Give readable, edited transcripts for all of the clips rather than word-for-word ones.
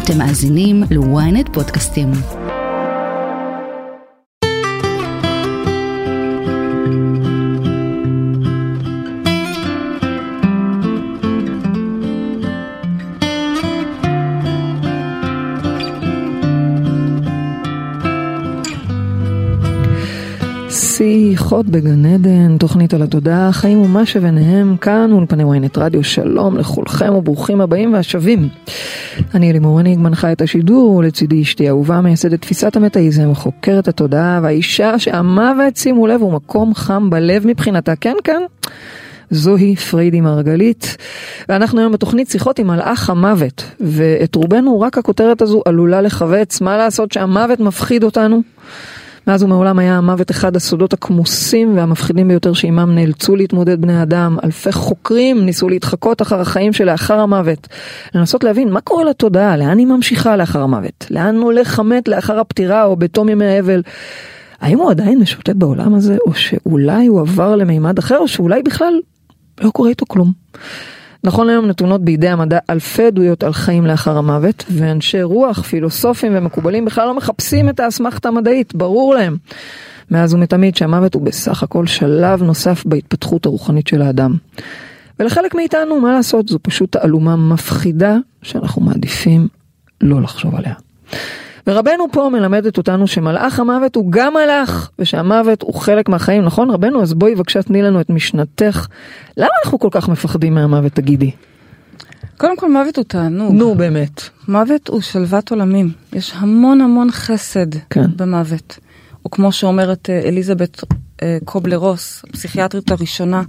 אתם מאזינים ל-ynet פודקאסטים. שיחות בגן עדן, תוכנית על התודעה, חיים ומה שביניהם, כאן אולפני ynet רדיו. שלום לכולכם וברוכים הבאים והשבים. אני אלימור הניג, מנחה את השידור, ולצידי אשתי אהובה, מייסדת תפיסת המטאיזם, וחוקרת התודעה, והאישה שהמוות, שימו לב, הוא מקום חם בלב מבחינתה. כן, כן, זוהי פריידי מרגלית, ואנחנו היום בתוכנית שיחות עם מלאך המוות, ואת רובנו רק הכותרת הזו עלולה לחווץ. מה לעשות שהמוות מפחיד אותנו? מאז ומעולם היה המוות אחד הסודות הכמוסים והמפחידים ביותר שעימם נאלצו להתמודד בני אדם. אלפי חוקרים ניסו להתחקות אחר החיים שלאחר המוות, לנסות להבין מה קורה לתודעה, לאן היא ממשיכה לאחר המוות, לאן הולך המת לאחר הפטירה או בתום ימי האבל. האם הוא עדיין משוטט בעולם הזה, או שאולי הוא עבר למימד אחר, או שאולי בכלל לא קורה איתו כלום. נכון היום נתונות בידי המדע אלפי עדויות על חיים לאחר המוות, ואנשי רוח, פילוסופים ומקובלים בכלל לא מחפשים את האסמכתה המדעית. ברור להם מאז ומתמיד שהמוות הוא בסך הכל שלב נוסף בהתפתחות הרוחנית של האדם. ולחלק מאיתנו, מה לעשות, זו פשוט תעלומה מפחידה שאנחנו מעדיפים לא לחשוב עליה. ורבנו פה מלמדת אותנו שמלאך המוות הוא גם מלאך, ושהמוות הוא חלק מהחיים. נכון רבנו? אז בואי בבקשה תני לנו את משנתך. למה אנחנו כל כך מפחדים מהמוות, תגידי? קודם כל, מוות הוא תענוג. נו, באמת. מוות הוא שלוות עולמים. יש המון המון חסד במוות. או כמו שאומרת אליזבת קובלר-רוס, הפסיכיאטרית הראשונה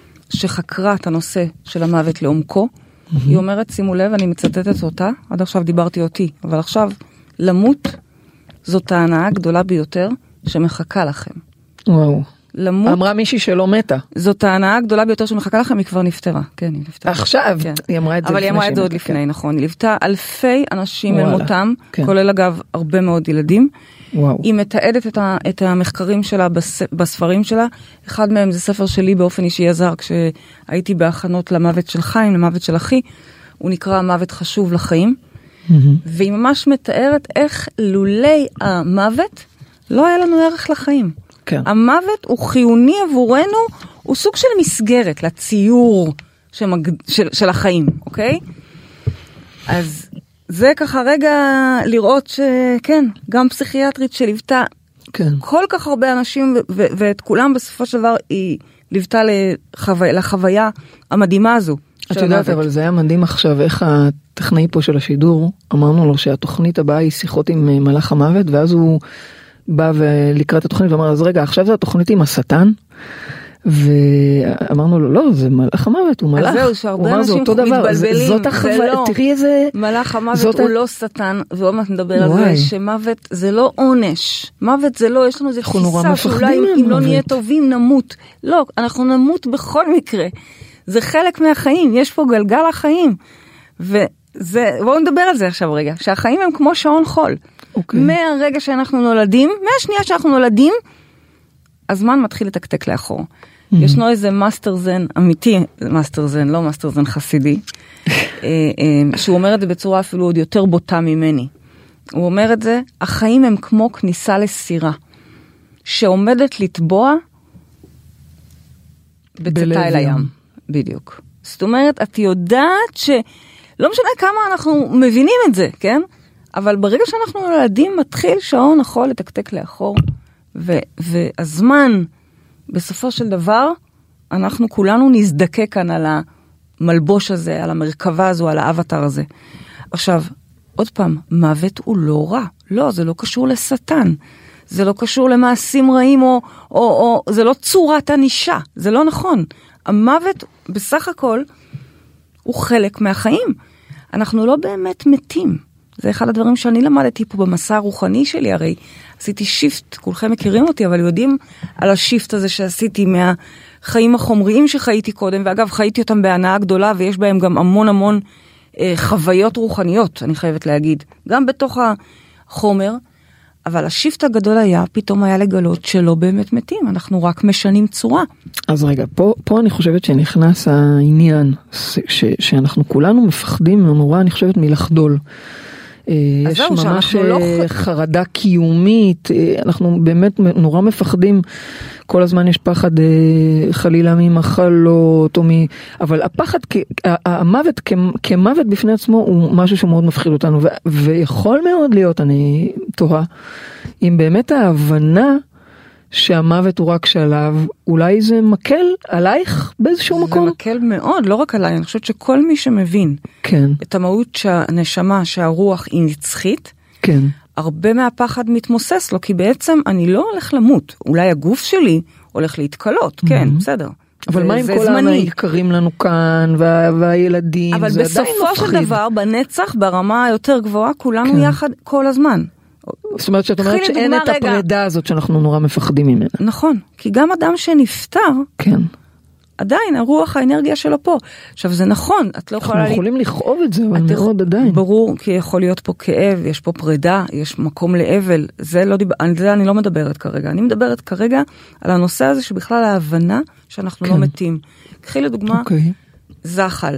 שחקרה את הנושא של המוות לעומקו, היא אומרת, שימו לב, אני מצטטת אותה, עד עכשיו דיברתי אותי, אבל עכשיו למות זאת ההנאה הגדולה ביותר שמחכה לכם. וואו. למות, אמרה מישהי שלא מתה. זאת ההנאה הגדולה ביותר שמחכה לכם, היא כבר נפטרה. כן, היא נפטרה. עכשיו, כן. היא אמרה את זה. אבל היא אמרה את זה עוד לפני, נכון. היא ליוותה אלפי אנשים אל מותם, כולל אגב הרבה מאוד ילדים. וואו. היא מתעדת את המחקרים שלה בספרים שלה. אחד מהם זה ספר שלי באופן אישי עזר, כשהייתי בהכנות למוות של חיים, למוות של אחי. הוא נקרא המוות חשוב לחיים. והיא ממש מתארת איך לולי המוות לא היה לנו ערך לחיים. כן. המוות הוא חיוני עבורנו, הוא סוג של מסגרת לציור של החיים, אוקיי? אז זה ככה רגע לראות שכן, גם פסיכיאטרית שליוותה כל כך הרבה אנשים, ואת כולם בסופו של דבר היא ליוותה לחוויה המדהימה הזו. את יודעת, אבל זה היה מדהים עכשיו, איך הטכנאי פה של השידור, אמרנו לו שהתוכנית הבאה היא שיחות עם מלאך המוות, ואז הוא בא ולקראת התוכנית ואמר, אז רגע, עכשיו זה התוכנית עם השטן, ואמרנו לו, לא, זה מלאך המוות, הוא מלאך. אז זהו, שהרבה אנשים מתבלבלים, זאת החוויה, תראי איזה... מלאך המוות הוא לא שטן, ועוד מעט נדבר על זה, שמוות זה לא עונש, מוות זה לא, יש לנו איזה תפיסה, שאולי אם לא נהיה טובים נמות. לא, אנחנו נמות בכל מקרה. זה חלק מהחיים, יש פה גלגל החיים. וזה, בואו נדבר על זה עכשיו רגע, שהחיים הם כמו שעון חול. מהרגע שאנחנו נולדים, מהשנייה שאנחנו נולדים, הזמן מתחיל לתקתק לאחור. ישנו איזה מאסטר זן אמיתי, מאסטר זן, לא מאסטר זן חסידי, שהוא אומר את זה בצורה אפילו עוד יותר בוטה ממני. הוא אומר את זה, החיים הם כמו כניסה לסירה, שעומדת לטבוע בצאתה אל הים. בדיוק. זאת אומרת, את יודעת שלא משנה כמה אנחנו מבינים את זה, כן? אבל ברגע שאנחנו נולדים, מתחיל שעון החול לתקתק לאחור, והזמן, בסופו של דבר, אנחנו כולנו נזדקק כאן על המלבוש הזה, על המרכבה הזו, על האבטר הזה. עכשיו, עוד פעם, מוות הוא לא רע. לא, זה לא קשור לשטן. זה לא קשור למעשים רעים, או זה לא צורת ענישה. זה לא נכון. המוות בסך הכל הוא חלק מהחיים. אנחנו לא באמת מתים. זה אחד הדברים שאני למדתי פה במסע הרוחני שלי. הרי עשיתי שיפט, כולכם מכירים אותי, אבל יודעים על השיפט הזה שעשיתי מהחיים החומריים שחייתי קודם, ואגב חייתי אותם בהנאה גדולה, ויש בהם גם המון המון חוויות רוחניות, אני חייבת להגיד, גם בתוך החומר, אבל השיפט הגדול היה, פתאום היה לגלות שלא באמת מתים, אנחנו רק משנים צורה. אז רגע, פה אני חושבת שנכנס העניין, שאנחנו כולנו מפחדים נורא, אני חושבת, מלחדול. יש ממש חרדה קיומית, אנחנו באמת נורא מפחדים, כל הזמן יש פחד חלילה ממחלות, אבל הפחד, המוות כמוות בפני עצמו הוא משהו שמאוד מפחיד אותנו, ויכול מאוד להיות, אני תוהה, אם באמת ההבנה שהמוות הוא רק שלב, אולי זה מקל עלייך באיזשהו מקום? זה מקל מאוד, לא רק עליי, אני חושבת שכל מי שמבין את המהות שהנשמה, שהרוח היא נצחית, הרבה מהפחד מתמוסס לו, כי בעצם אני לא הולך למות, אולי הגוף שלי הולך להתקלות, כן, בסדר. אבל מה עם כל היקרים לנו כאן, והילדים, אבל בסופו של דבר, בנצח, ברמה היותר גבוהה, כולנו יחד כל הזמן. זאת אומרת שאת אומרת שאין את הפרידה הזאת שאנחנו נורא מפחדים ממנה. נכון, כי גם אדם שנפטר, עדיין הרוח, האנרגיה שלו פה. עכשיו זה נכון, את לא יכולה... אנחנו יכולים לכאוב את זה, אבל מאוד עדיין. ברור, כי יכול להיות פה כאב, יש פה פרידה, יש מקום לאבל, על זה אני לא מדברת כרגע. אני מדברת כרגע על הנושא הזה שבכלל ההבנה שאנחנו לא מתים. קחי לדוגמה, זחל.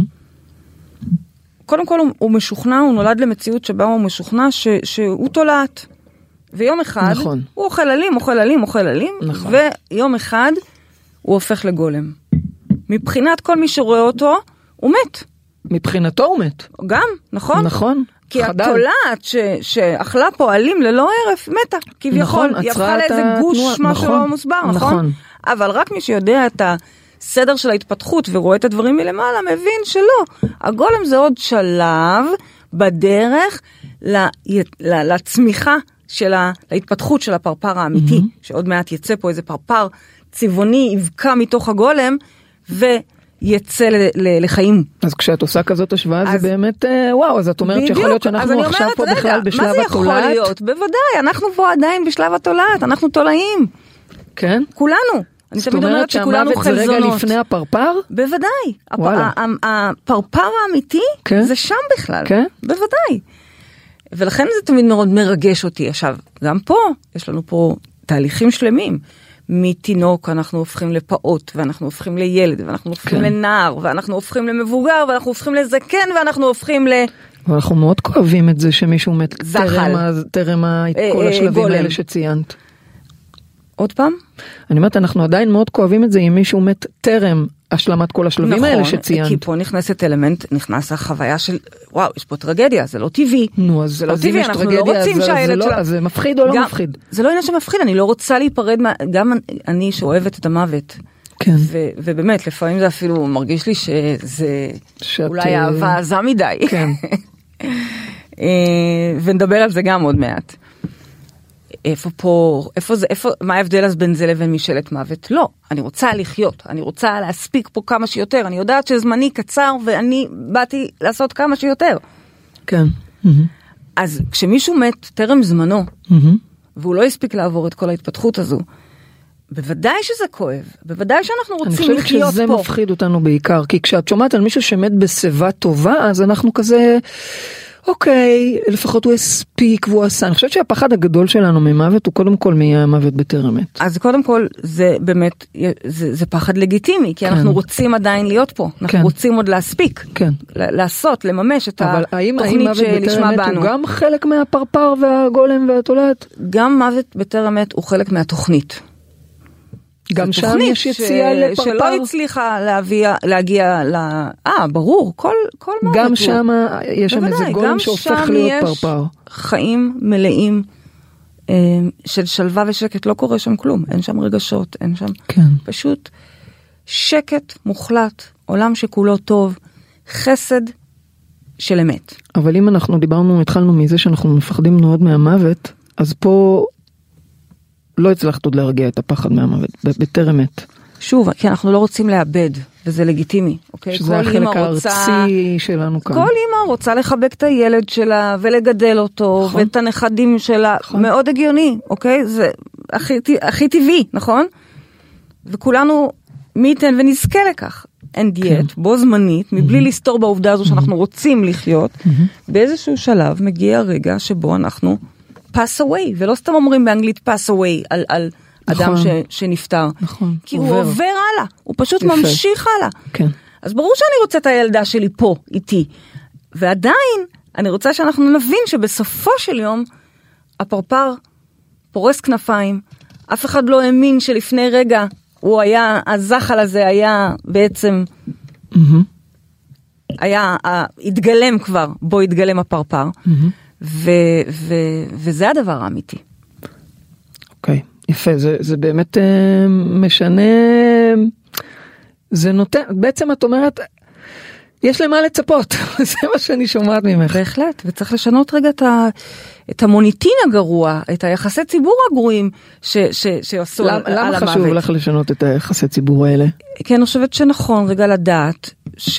קודם כל הוא משוכנע, הוא נולד למציאות שבה הוא משוכנע שהוא תולעת. ויום אחד הוא אוכל עלים, ויום אחד הוא הופך לגולם. מבחינת כל מי שרואה אותו, הוא מת. מבחינתו הוא מת. גם, נכון? נכון. כי התולעת שאכלה פה עלים ללא הרף, מתה. כביכול, היא הפכה לאיזה גוש, משהו לא מוסבר, נכון? אבל רק מי שיודע את הסדר של ההתפתחות ורואה את הדברים מלמעלה, מבין שלא. הגולם זה עוד שלב בדרך לצמיחה של ההתפתחות של הפרפר האמיתי, שעוד מעט יצא פה איזה פרפר צבעוני, יבקע מתוך הגולם, ויצא לחיים. אז כשאת עושה כזאת השוואה, זה באמת, וואו, אז את אומרת שיכול להיות שאנחנו עכשיו פה בכלל בשלב התולעת? מה זה יכול להיות? בוודאי, אנחנו פה עדיין בשלב התולעת, אנחנו תולעים. כן? כולנו. אני תמיד אומרת שכולנו חלזונות. זאת אומרת שהמוות זה רגע לפני הפרפר? בוודאי. הפרפר האמיתי, זה שם בכלל. בוודאי. ולכן זה תמיד מאוד מרגש אותי. עכשיו, גם פה, יש לנו פה תהליכים שלמים. מתינוק אנחנו הופכים לפעוט, ואנחנו הופכים לילד, ואנחנו הופכים לנער, ואנחנו הופכים למבוגר, ואנחנו הופכים לזקן, ואנחנו הופכים ואנחנו מאוד כואבים את זה שמישהו מת טרם כל השלבים האלה שציינת. עוד פעם? אני אומרת, אנחנו עדיין מאוד כואבים את זה אם מישהו מת טרם השלמת כל השלבים האלה שציינת. נכון, כי פה נכנסת אלמנט, נכנס החוויה של, וואו, יש פה טרגדיה, זה לא טבעי. נו, אז אם יש טרגדיה, אז זה מפחיד או לא מפחיד? זה לא עניין שמפחיד, אני לא רוצה להיפרד, גם אני שאוהבת את המוות. כן. ובאמת, לפעמים זה אפילו מרגיש לי שזה אולי אהבה עזה מדי. כן. ונדבר על זה גם עוד מעט. מה ההבדל אז בין זה לבין משאלת מוות? לא, אני רוצה לחיות, אני רוצה להספיק פה כמה שיותר, אני יודעת שזמני קצר ואני באתי לעשות כמה שיותר. כן. אז כשמישהו מת טרם זמנו, והוא לא הספיק לעבור את כל ההתפתחות הזו, בוודאי שזה כואב, בוודאי שאנחנו רוצים לחיות פה. אני חושבת שזה מפחיד אותנו בעיקר, כי כשאת שומעת על מישהו שמת בשיבה טובה, אז אנחנו כזה... אוקיי, לפחות הוא הספיק והוא עשה. אני חושבת שהפחד הגדול שלנו ממוות הוא קודם כל מהמוות בטרם מת. אז קודם כל זה באמת, זה פחד לגיטימי, כי אנחנו רוצים עדיין להיות פה. אנחנו רוצים עוד להספיק. לעשות, לממש את התוכנית שלשמה בנו. הוא גם חלק מהפרפר והגולם והתולעת? גם מוות בטרם מת הוא חלק מהתוכנית. גם שם יש יציאה לפרפר. שלא הצליחה להגיע ברור, כל מוות. גם שם יש שם איזה גולם שהופך להיות פרפר. גם שם יש חיים מלאים של שלווה ושקט, לא קורה שם כלום, אין שם רגשות, אין שם פשוט שקט מוחלט, עולם שכולו טוב, חסד של אמת. אבל אם אנחנו התחלנו מזה שאנחנו מפחדים מאוד מהמוות, אז פה... לא הצלחת עוד להרגיע את הפחד מהמוות, בטרם מת. שוב, כי אנחנו לא רוצים לאבד, וזה לגיטימי, אוקיי? שזה החלק הארצי שלנו כאן. כל אמא רוצה לחבק את הילד שלה, ולגדל אותו, נכון. ואת הנכדים שלה, נכון. מאוד הגיוני, אוקיי? זה הכי טבעי, נכון? וכולנו מיתן ונזכה לכך. אין דיאט, בו זמנית, מבלי לסתור בעובדה הזו שאנחנו רוצים לחיות, באיזשהו שלב מגיע הרגע שבו אנחנו... pass away, ולא סתם אומרים באנגלית pass away על אדם שנפטר. נכון. כי הוא עובר הלאה, הוא פשוט ממשיך הלאה. כן. אז ברור שאני רוצה את הילדה שלי פה, איתי. ועדיין, אני רוצה שאנחנו נבין שבסופו של יום, הפרפר פורס כנפיים, אף אחד לא האמין שלפני רגע, הוא היה, הזחל הזה היה בעצם, התגלם כבר, בו התגלם הפרפר, וזה הדבר האמיתי. אוקיי, יפה, זה באמת משנה, זה נותן, בעצם את אומרת, יש למה לצפות, זה מה שאני שומעת ממך. בהחלט, וצריך לשנות רגע את המוניטין הגרוע, את היחסי ציבור הגרועים שעשו על המוות. למה חשוב לך לשנות את היחסי ציבור האלה? כי אני חושבת שנכון רגע לדעת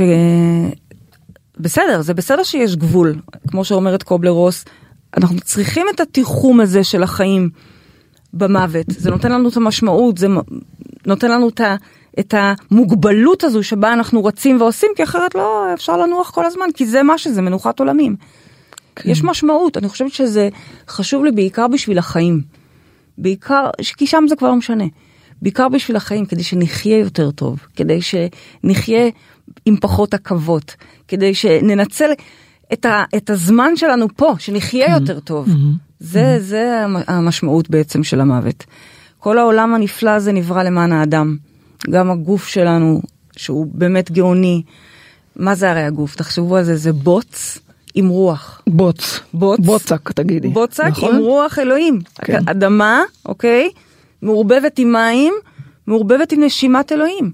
בסדר, זה בסדר שיש גבול, כמו שאומרת קובלר-רוס, אנחנו צריכים את התיחום הזה של החיים במוות, זה נותן לנו את המשמעות, זה נותן לנו את המוגבלות הזו שבה אנחנו רצים ועושים, כי אחרת לא אפשר לנוח כל הזמן, כי זה מה שזה, מנוחת עולמים. כן. יש משמעות, אני חושבת שזה חשוב לי בעיקר בשביל החיים, בעיקר, כי שם זה כבר לא משנה, בעיקר בשביל החיים, כדי שנחיה יותר טוב, כדי שנחיה עם פחות עכבות, כדי שננצל את הזמן שלנו פה, שנחיה יותר טוב. זה המשמעות בעצם של המוות. כל העולם הנפלא הזה נברא למען האדם. גם הגוף שלנו, שהוא באמת גאוני. מה זה הרי הגוף? תחשבו על זה, זה בוץ עם רוח. בוצק, תגידי. בוצק עם רוח אלוהים. אדמה, אוקיי? מעורבבת עם מים, מעורבבת עם נשימת אלוהים.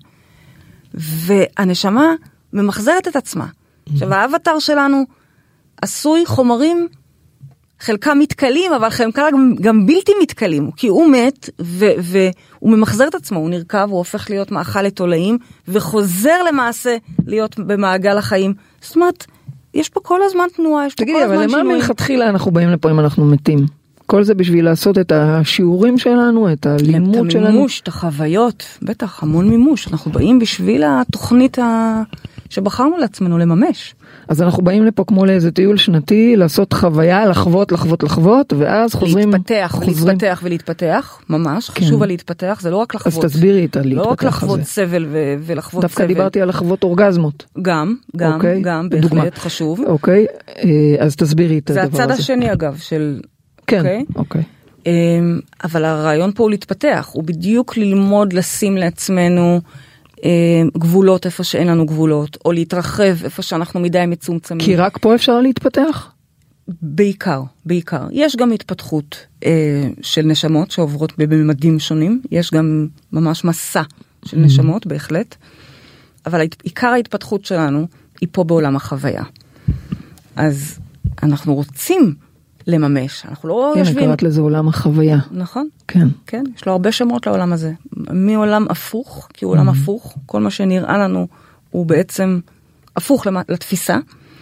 והנשמה ממחזרת את עצמה. עכשיו, האבטר שלנו עשוי חומרים, חלקם מתקלים, אבל חלקם גם בלתי מתקלים, כי הוא מת, והוא ממחזר את עצמו, הוא נרכב, הוא הופך להיות מאכל לתולעים, וחוזר למעשה להיות במעגל החיים. זאת אומרת, יש פה כל הזמן תנועה, יש פה כל הזמן שינויים. תגידי, אבל למה מלכתחילה אנחנו באים לפה אם אנחנו מתים? כל זה בשביל לעשות את השיעורים שלנו, את הלימוד שלנו. את המימוש, את החוויות, בטח, המון מימוש. אנחנו באים בשביל התוכנית שבחרנו לעצמנו לממש. אז אנחנו באים לפה כמו לאיזה טיול שנתי, לעשות חוויה, לחוות, ואז חוזרים. להתפתח ולהתפתח, ממש. חשוב להתפתח, זה לא רק לחוות. אז תסבירי את הלהתפתח הזה. לא רק לחוות סבל ולחוות סבל. דווקא דיברתי על לחוות אורגזמות. גם, בהחלט חשוב. אוקיי, אז תסבירי את הדבר הזה. זה הצד השני אגב של... כן, אוקיי. אבל הרעיון פה הוא להתפתח, הוא בדיוק ללמוד לשים לעצמנו גבולות איפה שאין לנו גבולות, או להתרחב איפה שאנחנו מדי מצומצמים. כי רק פה אפשר להתפתח? בעיקר. יש גם התפתחות של נשמות שעוברות בממדים שונים, יש גם ממש מסע של נשמות, בהחלט, אבל עיקר ההתפתחות שלנו היא פה בעולם החוויה. אז אנחנו רוצים לממש, אנחנו לא יושבים... כן, קראת לזה עולם החוויה. נכון. כן. יש לו הרבה שמות לעולם הזה. מעולם הפוך, כי הוא עולם הפוך, כל מה שנראה לנו הוא בעצם הפוך לתפיסה,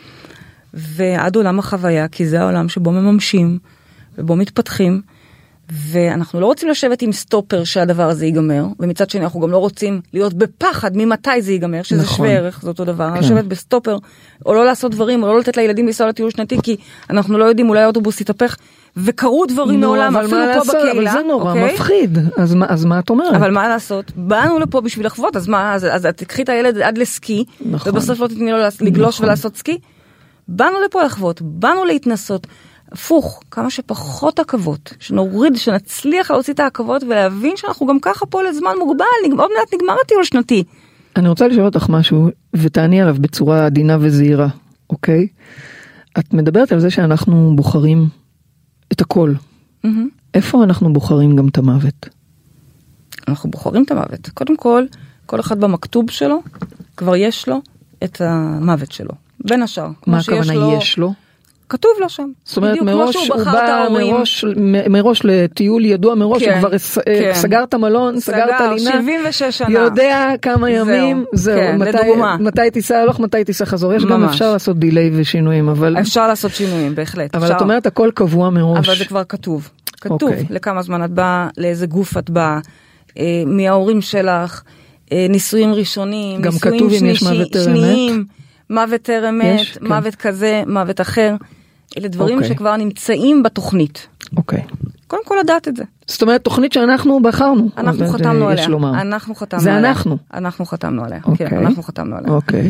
ועד עולם החוויה, כי זה העולם שבו מממשים, ובו מתפתחים, ואנחנו לא רוצים לשבת עם סטופר שהדבר הזה ייגמר, ומצד שני אנחנו גם לא רוצים להיות בפחד ממתי זה ייגמר, שזה שווה ערך, זה אותו דבר, לשבת בסטופר, או לא לעשות דברים, או לא לתת לילדים לנסוע לטיול שנתי, כי אנחנו לא יודעים, אולי האוטובוס יתהפך, וקרו דברים מעולם, אפילו פה בקהילה. אבל זה נורא מפחיד, אז מה את אומרת? אבל מה לעשות? באנו לפה בשביל לחוות, אז תקחי את הילד עד לסקי, ובסוף לא תתני לו לגלוש ולעשות סקי. באנו לפה לחוות, באנו להתנסות. הפוך, כמה שפחות עכבות, שנוריד, שנצליח להוציא את העכבות ולהבין שאנחנו גם ככה פה לזמן מוגבל, עוד מעט נגמר הטיול שנתי. אני רוצה לשאול אותך משהו, ותעני עליו בצורה עדינה וזהירה, אוקיי? את מדברת על זה שאנחנו בוחרים את הכל. איפה אנחנו בוחרים גם את המוות? אנחנו בוחרים את המוות. קודם כל אחד במכתוב שלו, כבר יש לו את המוות שלו. בין השאר. מה הכוונה יש לו? כתוב לו שם. זאת אומרת, מראש הוא בא מראש לטיול ידוע מראש, הוא כבר סגר את המלון, סגר את הלינה, 76 שנה. יודע כמה ימים, זהו, מתי תיסע הלוך, מתי תיסע חזור, יש גם אפשר לעשות דיליי ושינויים, אבל... אפשר לעשות שינויים, בהחלט. אבל את אומרת, הכל קבוע מראש. אבל זה כבר כתוב. כתוב לכמה זמן את באה, לאיזה גוף את באה, מההורים שלך, נישואים ראשונים, נישואים שניים, מוות טרם מת, מוות כזה, מוות אחר. אלה דברים שכבר נמצאים בתוכנית. אוקיי. קודם כל לדעת את זה. זאת אומרת, תוכנית שאנחנו בחרנו. אנחנו חתמנו עליה. זה אנחנו. אנחנו חתמנו עליה. כן, אנחנו חתמנו עליה. אוקיי.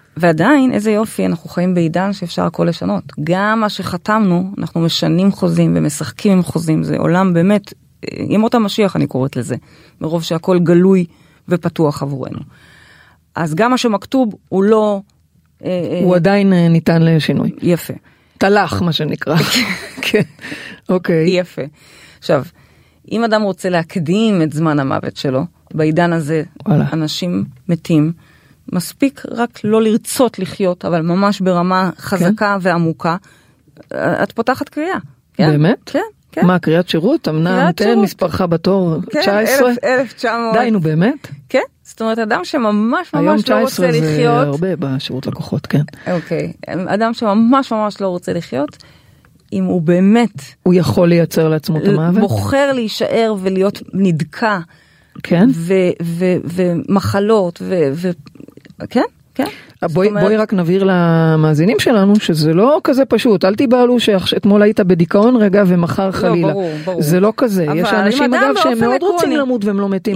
ועדיין, איזה יופי, אנחנו חיים בעידן שאפשר הכל לשנות. גם מה שחתמנו, אנחנו משנים חוזים ומשחקים עם חוזים, זה עולם באמת, ימות המשיח אני קוראת לזה, מרוב שהכל גלוי ופתוח עבורנו. אז גם מה שמכתוב הוא לא... הוא עדיין ניתן לשינוי. יפה. תלך, מה שנקרא. כן, אוקיי. יפה. עכשיו, אם אדם רוצה להקדים את זמן המוות שלו, בעידן הזה אנשים מתים, מספיק רק לא לרצות לחיות, אבל ממש ברמה חזקה ועמוקה, את פותחת קריאה. באמת? כן. כן. מה, קריאת שירות? אמנם תן מספרך בתור 19? 1900. די, נו באמת? כן, זאת אומרת, אדם שממש היום ממש לא רוצה לחיות. היום 19 זה הרבה בשירות לקוחות, כן. אוקיי, אדם שממש ממש לא רוצה לחיות, אם הוא באמת... הוא יכול לייצר לעצמו את המוות? בוחר להישאר ולהיות נדקה. כן? ומחלות, כן, כן. בואי רק נבהיר למאזינים שלנו שזה לא כזה פשוט, אל תיבהלו שאתמול היית בדיכאון רגע ומחר חלילה. לא, ברור. זה לא כזה, יש אנשים אגב שהם מאוד רוצים למות והם לא מתים.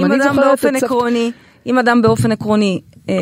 אם אדם באופן עקרוני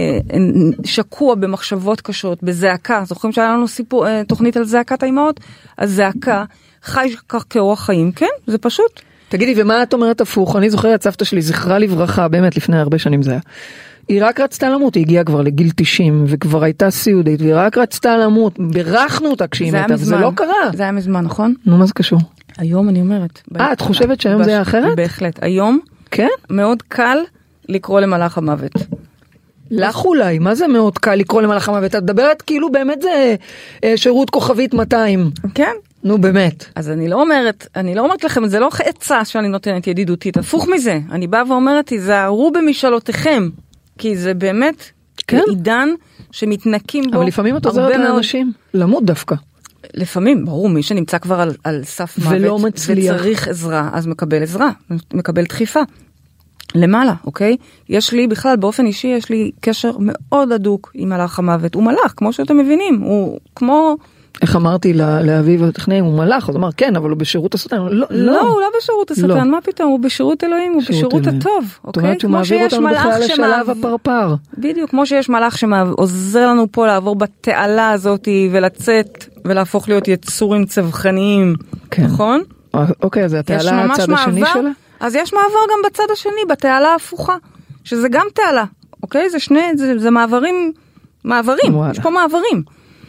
שקוע במחשבות קשות, בזעקה, זוכרים שהיה לנו תוכנית על זעקת האימהות? אז זעקה, חי כך כאורח חיים, כן, זה פשוט. תגידי, ומה את אומרת הפוך? אני זוכרת סבתא שלי, זכרה לברכה, באמת לפני הרבה שנים זה היה. היא רק רצתה למות, היא הגיעה כבר לגיל 90, וכבר הייתה סיודית, והיא רק רצתה למות, בירכנו אותה כשהיא מתה, וזה לא קרה. זה היה מזמן, נכון? נו, מה זה קשור? היום אני אומרת. את חושבת שהיום זה היה אחרת? בהחלט. היום, כן? מאוד קל לקרוא למלאך המוות. לך אולי, מה זה מאוד קל לקרוא למלאך המוות? את מדברת כאילו באמת זה שירות כוכבית 200. כן. נו באמת. אז אני לא אומרת לכם, זה לא עצה שאני נותנת ידידותית, הפוך מזה. אני באה ואומרת, תיזהרו במשאלותיכם, כי זה באמת עידן שמתנקים בו. אבל לפעמים את עוזרת לאנשים למות דווקא. לפעמים, ברור, מי שנמצא כבר על סף מוות וצריך עזרה, אז מקבל עזרה, מקבל דחיפה. למעלה, אוקיי? יש לי בכלל, באופן אישי, יש לי קשר מאוד הדוק עם מלאך המוות. הוא מלאך, כמו שאתם מבינים, הוא כמו... איך אמרתי לאביב הטכנאים, הוא מלאך, אז אמר, כן, אבל הוא בשירות השטן. לא, הוא לא בשירות השטן, מה פתאום? הוא בשירות אלוהים, הוא בשירות הטוב, אוקיי? זאת אומרת שהוא מעביר אותנו בכלל לשלב הפרפר. בדיוק, כמו שיש מלאך שעוזר לנו פה לעבור בתעלה הזאת ולצאת ולהפוך להיות יצורים צווחניים, נכון? אוקיי, אז זה התעלה הצד השני שלה? אז יש מעבר גם בצד השני, בתעלה ההפוכה, שזה גם תעלה, אוקיי? זה מעברים, יש פה מעברים.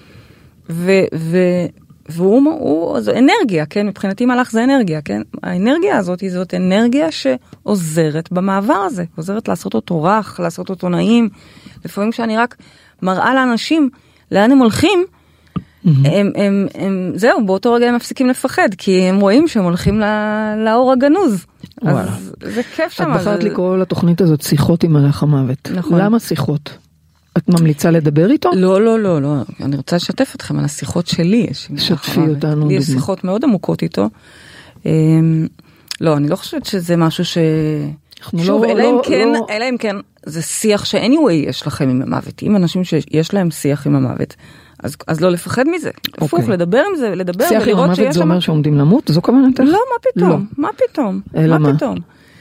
זו אנרגיה, כן? מבחינתי מלאך זה אנרגיה, כן? האנרגיה הזאת זאת אנרגיה שעוזרת במעבר הזה, עוזרת לעשות אותו רך, לעשות אותו נעים. לפעמים כשאני רק מראה לאנשים לאן הם הולכים, זהו, באותו רגע הם מפסיקים לפחד, כי הם רואים שהם הולכים לאור הגנוז. אז זה כיף שם. את בחרת לקרוא לתוכנית הזאת שיחות עם מלאך המוות. נכון. למה שיחות? את ממליצה לדבר איתו? לא. אני רוצה לשתף אתכם על השיחות שלי. שתפי אותנו דוגמה. לי יש שיחות מאוד עמוקות איתו. לא, אני לא חושבת שזה משהו ש... שוב, אלא אם כן, זה שיח ש-anyway יש לכם עם המוות. אם אנשים שיש להם שיח עם המוות, אז לא לפחד מזה. הפוך, לדבר עם זה, לדבר שיח עם המוות זה אומר שעומדים למות? זו כוונתך? לא, מה פתאום? מה פתאום?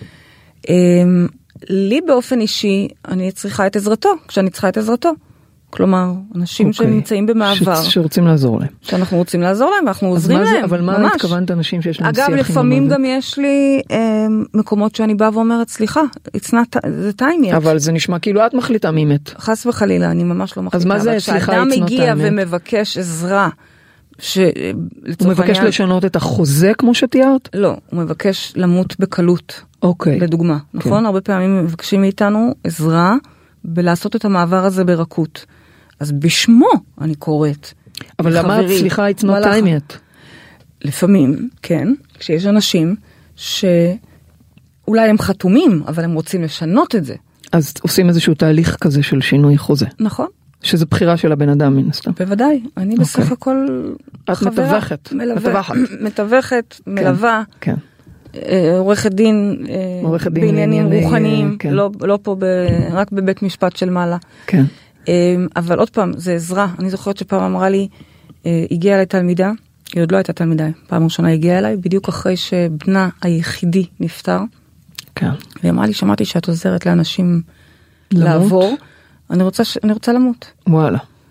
לי באופן אישי, אני צריכה את עזרתו, כשאני צריכה את עזרתו. כלומר, אנשים שנמצאים במעבר. שרוצים לעזור להם. שאנחנו רוצים לעזור להם, ואנחנו עוזרים להם. אבל מה התכוונת אנשים שיש להם שיח עם המוות? אגב, לפעמים גם יש לי מקומות שאני באה ואומרת, סליחה, זה time yet. אבל זה נשמע כאילו את מחליטה מי מת. חס וחלילה, אני ממש לא מחליטה. אז מה זה, סליחה, כשאדם מגיע ומבקש עזרה, הוא מבקש לשנות את החוזה כמו שתיארת? לא, הוא מבקש למות בקלות. אוקיי. לדוגמה, נכון? הרבה פעמים מבקשים מאיתנו עזרה בלעשות את המעבר הזה ברכות. אז בשמו אני קוראת. אבל למה את סליחה it's not time yet? לפעמים, כן, כשיש אנשים שאולי הם חתומים, אבל הם רוצים לשנות את זה. אז עושים איזשהו תהליך כזה של שינוי חוזה. נכון. שזה בחירה של הבן אדם מן הסתם. בוודאי, אני בסך הכל חברה. את מתווכת, מלווה. כן. עורכת דין בעניינים רוחניים, לא פה רק בבית משפט של מעלה. כן. אבל עוד פעם, זה עזרה. אני זוכרת שפעם אמרה לי, הגיעה אליי תלמידה, היא עוד לא הייתה תלמידה, פעם ראשונה הגיעה אליי, בדיוק אחרי שבנה היחידי נפטר. כן. והיא אמרה לי, שמעתי שאת עוזרת לאנשים לעבור, אני רוצה למות. וואלה.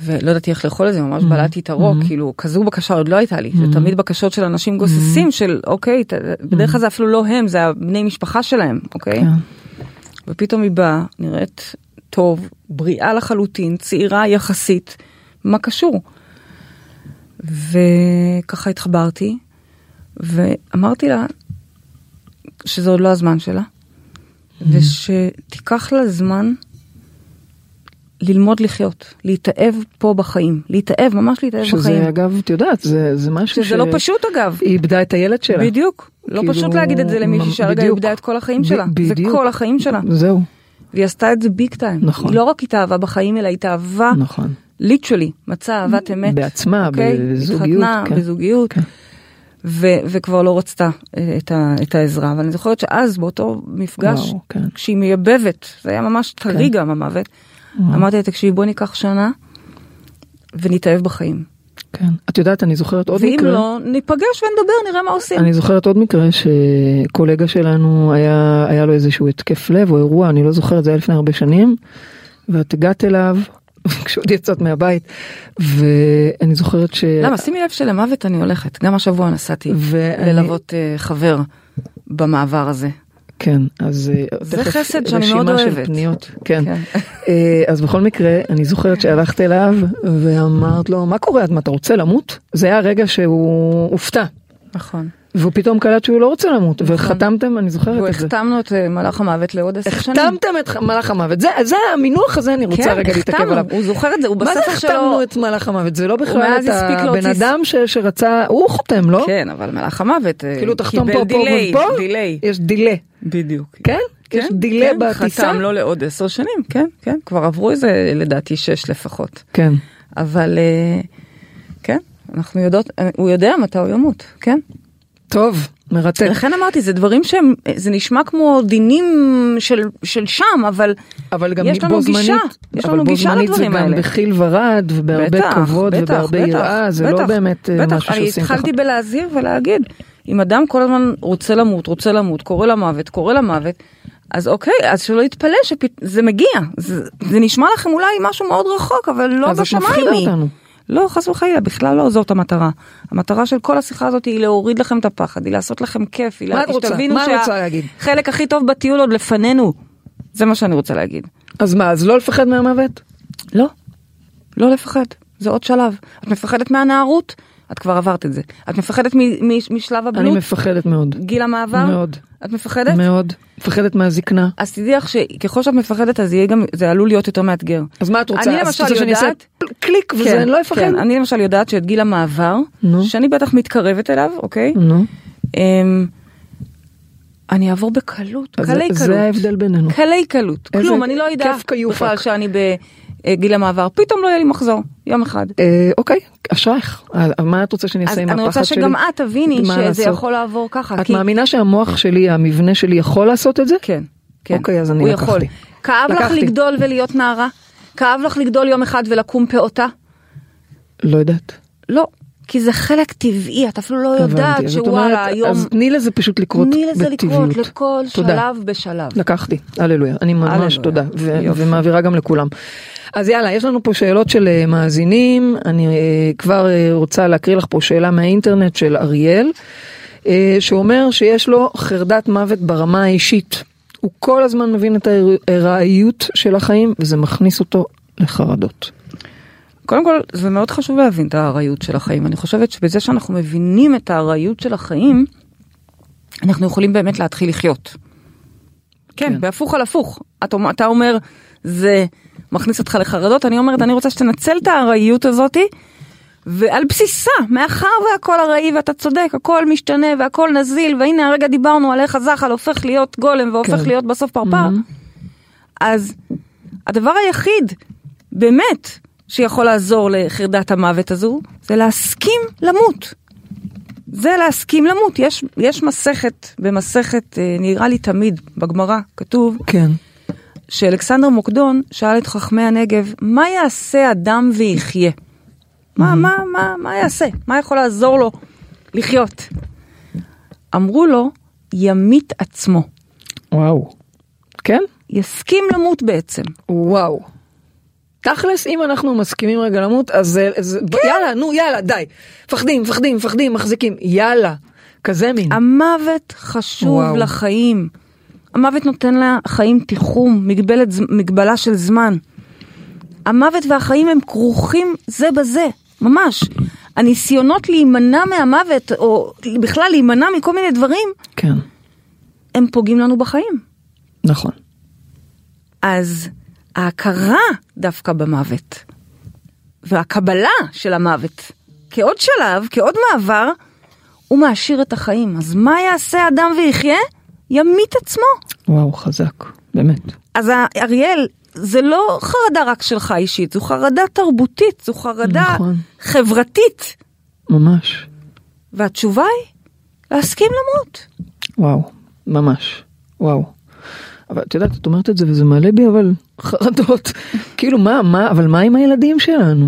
ולא ידעתי איך לאכול את זה, ממש בלעתי את הרוק, כאילו, כזו בקשה עוד לא הייתה לי, זה תמיד בקשות של אנשים גוססים, של אוקיי, בדרך כלל זה אפילו לא הם, זה הבני משפחה שלהם, אוקיי? ופתאום היא באה, נראית טוב, בריאה לחלוטין, צעירה יחסית, מה קשור? וככה התחברתי, ואמרתי לה, שזה עוד לא הזמן שלה, ושתיקח לה זמן ללמוד לחיות, להתאהב פה בחיים, להתאהב, ממש להתאהב בחיים. שזה אגב, את יודעת, זה משהו שזה לא פשוט אגב. היא איבדה את הילד שלה. בדיוק, לא פשוט להגיד את זה למישהי שהרגע איבדה את כל החיים שלה. זה כל החיים שלה. זהו. והיא עשתה את זה ביג טיים. נכון. היא לא רק התאהבה בחיים, אלא התאהבה, ליטרלי, מצאה אהבת אמת. בעצמה, בזוגיות. התחתנה, בזוגיות. וכבר לא רצתה את העזרה. אבל אני זוכרת שאז, באותו מפגש, כשהיא מייבבת, זה היה ממש טרי גם המוות, אמרתי לה, תקשיבי, בוא ניקח שנה, ונתאהב בחיים. כן. את יודעת, אני זוכרת עוד מקרה. ואם לא, ניפגש ונדבר, נראה מה עושים. אני זוכרת עוד מקרה שקולגה שלנו היה לו איזשהו התקף לב או אירוע, אני לא זוכרת, זה היה לפני הרבה שנים, ואת הגעת אליו, כשעוד יצאת מהבית, ואני זוכרת למה? שימי לב שלמוות אני הולכת. גם השבוע נסעתי ללוות חבר במעבר הזה. כן, אז זה חסד שאני מאוד אוהבת. כן. אז בכל מקרה, אני זוכרת שהלכת אליו ואמרת לו, מה קורה? אתה רוצה למות? זה היה הרגע שהוא הופתע. נכון. והוא פתאום קלט שהוא לא רוצה למות, וחתמתם, אני זוכרת את זה. והחתמנו את מלאך המוות לעוד 10 שנים. החתמתם את מלאך המוות, זה המינוח הזה, אני רוצה רגע להתעכב עליו. הוא זוכר את זה, הוא בספר שלו. מה זה החתמנו את מלאך המוות? זה לא בכלל את הבן אדם שרצה, הוא חותם, לא? כן, אבל מלאך המוות כאילו תחתום פה, דילי. יש דילי. בדיוק. כן? יש דילי בטיסה? חתם לו לעוד 10 שנים, כן, כן. כבר עברו איזה, לדעתי, 6 לפחות. כן. אבל, כן, אנחנו יודעות, הוא יודע מתי הוא ימות, כן? טוב, מרתק. לכן אמרתי, זה דברים שהם, זה נשמע כמו דינים של שם, אבל גם יש לנו גישה, יש לנו גישה לדברים האלה. זה גם בחיל ורד, ובהרבה כבוד, ובהרבה יראה, זה לא באמת משהו שעושים ככה. אני התחלתי בלהזהיר ולהגיד, אם אדם כל הזמן רוצה למות, קורא למוות, אז אוקיי, אז שלא יתפלא שזה מגיע. זה נשמע לכם אולי משהו מאוד רחוק, אבל לא בשמיים. אז את מפחידה אותנו. לא, חס וחלילה, בכלל לא זאת המטרה. המטרה של כל השיחה הזאת היא להוריד לכם את הפחד, היא לעשות לכם כיף, היא שתבינו שהחלק הכי טוב בטיול עוד לפנינו. זה מה שאני רוצה להגיד. אז מה, אז לא לפחד מהמוות? לא, לא לפחד. זה עוד שלב. את מפחדת מהנערות? את כבר עברת את זה. את מפחדת משלב הבלות? אני מפחדת מאוד. גיל המעבר? מאוד. את מפחדת? מאוד. מפחדת מהזקנה. אז תדעי לך שככל שאת מפחדת, אז זה עלול להיות יותר מאתגר. אז מה את רוצה? אני למשל יודעת... קליק וזה, אני לא אפחד. כן, אני למשל יודעת שאת גיל המעבר, שאני בטח מתקרבת אליו, אוקיי? אני אעבור בקלות, קלי קלות. זה ההבדל בינינו. קלי קלות. כלום, אני לא יודעת בכלל שאני בגיל המעבר. פתאום לא יהיה לי מחזור, יום אחד. אוקיי, אשרייך. מה את רוצה שאני אעשה עם הפחד שלי? אני רוצה שגם את תביני שזה יכול לעבור ככה. את מאמינה שהמוח שלי, המבנה שלי יכול לעשות את זה? כן. כן. אוקיי, אז אני לקחתי. כאב לך לגדול ולהיות נערה? כאב לך לגדול יום אחד ולקום פעוטה? לא יודעת. לא, כי זה חלק טבעי, את אפילו לא יודעת שוואלה היום... אז תני לזה פשוט לקרות בטבעיות. תני לזה לקרות לכל שלב בשלב. לקחתי, הללויה. אני ממש תודה, ומעבירה גם לכולם. אז יאללה, יש לנו פה שאלות של מאזינים, אני כבר רוצה להקריא לך פה שאלה מהאינטרנט של אריאל, שאומר שיש לו חרדת מוות ברמה האישית. הוא כל הזמן מבין את הרעיות של החיים, וזה מכניס אותו לחרדות. קודם כל, זה מאוד חשוב להבין את הרעיות של החיים. אני חושבת שבזה שאנחנו מבינים את הרעיות של החיים, אנחנו יכולים באמת להתחיל לחיות. כן, בהפוך על הפוך. אתה אומר, זה מכניס אותך לחרדות, אני אומרת, אני רוצה שתנצל את הרעיות הזאת, ועל בסיסה, מאחר והכל הרעי, ואתה צודק, הכל משתנה, והכל נזיל, והנה הרגע דיברנו על איך הזחל הופך להיות גולם, והופך להיות בסוף פרפר, אז הדבר היחיד, באמת, שיכול לעזור לחרדת המוות הזו, זה להסכים למות. זה להסכים למות. יש במסכת, נראה לי תמיד, בגמרא, כתוב, כן. שאלכסנדר מוקדון שאל את חכמי הנגב, מה יעשה אדם ויחיה? מה יעשה? מה יכול לעזור לו לחיות? אמרו לו, ימית עצמו. וואו. כן? יסכים למות בעצם. וואו. תכלס, אם אנחנו מסכימים רגע למות, אז יאללה, נו, יאללה, די. מפחדים, מחזיקים, יאללה. כזה מין. המוות חשוב לחיים. המוות נותן לחיים תיחום, מגבלה של זמן. המוות והחיים הם כרוכים זה בזה, ממש. הניסיונות להימנע מהמוות, או בכלל להימנע מכל מיני דברים, כן. הם פוגעים לנו בחיים. נכון. אז ההכרה דווקא במוות, והקבלה של המוות, כעוד שלב, כעוד מעבר, הוא מעשיר את החיים. אז מה יעשה אדם ויחיה? ימית עצמו. וואו, חזק, באמת. אז אריאל, זה לא חרדה רק שלך אישית, זו חרדה תרבותית, זו חרדה חברתית. ממש. והתשובה היא להסכים למות. וואו, ממש. וואו. אבל את יודעת, את אומרת את זה וזה מעלה בי, אבל חרדות. כאילו, אבל מה עם הילדים שלנו?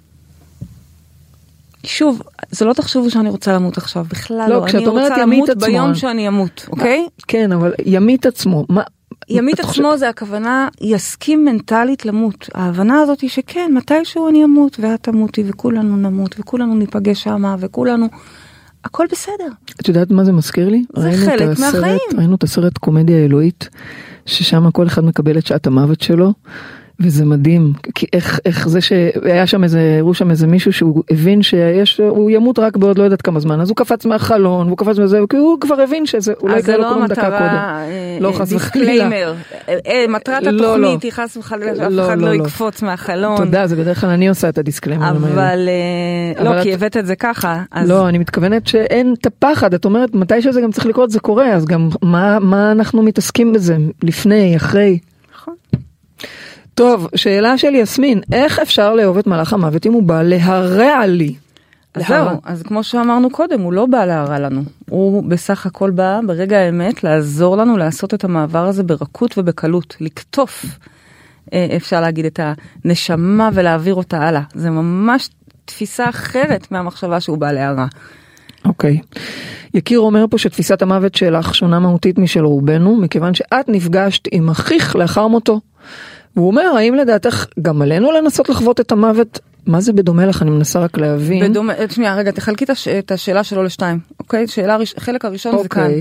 שוב, זה לא תחשבו שאני רוצה למות עכשיו, בכלל לא. אני רוצה למות ביום שאני אמות, אוקיי? כן, אבל ימית עצמו. ימית עצמו זה הכוונה, יסכים מנטלית למות. ההבנה הזאת היא שכן, מתישהו אני אמות, ואת תמותי, וכולנו נמות, וכולנו ניפגש שמה, וכולנו... הכל בסדר. את יודעת מה זה מזכיר לי? זה חלק מהחיים. ראינו את הסרט קומדיה אלוהית, ששם כל אחד מקבל את שעת המוות שלו, וזה מדהים, כי איך זה שהיה שם הראו שם איזה מישהו שהוא הבין שהוא ימות רק בעוד לא יודעת כמה זמן, אז הוא קפץ מהחלון, והוא קפץ מזה, כי הוא כבר הבין שזה אולי יקרה לו כלום דקה קודם. לא חס וחלילה. מטרת התוכנית היא חס וחלילה, אף אחד לא יקפוץ מהחלון. תודה, זה בדרך כלל אני עושה את הדיסקליימר. אבל לא, כי הבאת את זה ככה. לא, אני מתכוונת שאין את הפחד, את אומרת, מתי שזה גם צריך לקרות, זה קורה, אז גם מה אנחנו מתעסקים בזה, לפני, אחרי. נכון. טוב, שאלה של יסמין, איך אפשר לאהוב את מלאך המוות אם הוא בא להרע לי? זהו, אז כמו שאמרנו קודם, הוא לא בא להרע לנו. הוא בסך הכל בא ברגע האמת לעזור לנו לעשות את המעבר הזה ברכות ובקלות, לקטוף, אפשר להגיד, את הנשמה ולהעביר אותה הלאה. זה ממש תפיסה אחרת מהמחשבה שהוא בא להרע. אוקיי. יקיר אומר פה שתפיסת המוות שלך שונה מהותית משל רובנו, מכיוון שאת נפגשת עם אחיך לאחר מותו. והוא אומר, האם לדעתך גם עלינו לנסות לחוות את המוות? מה זה בדומה לך? אני מנסה רק להבין. בדומה, שנייה, רגע, תחלקי את השאלה שלו לשתיים. אוקיי? החלק הראשון זה כאן.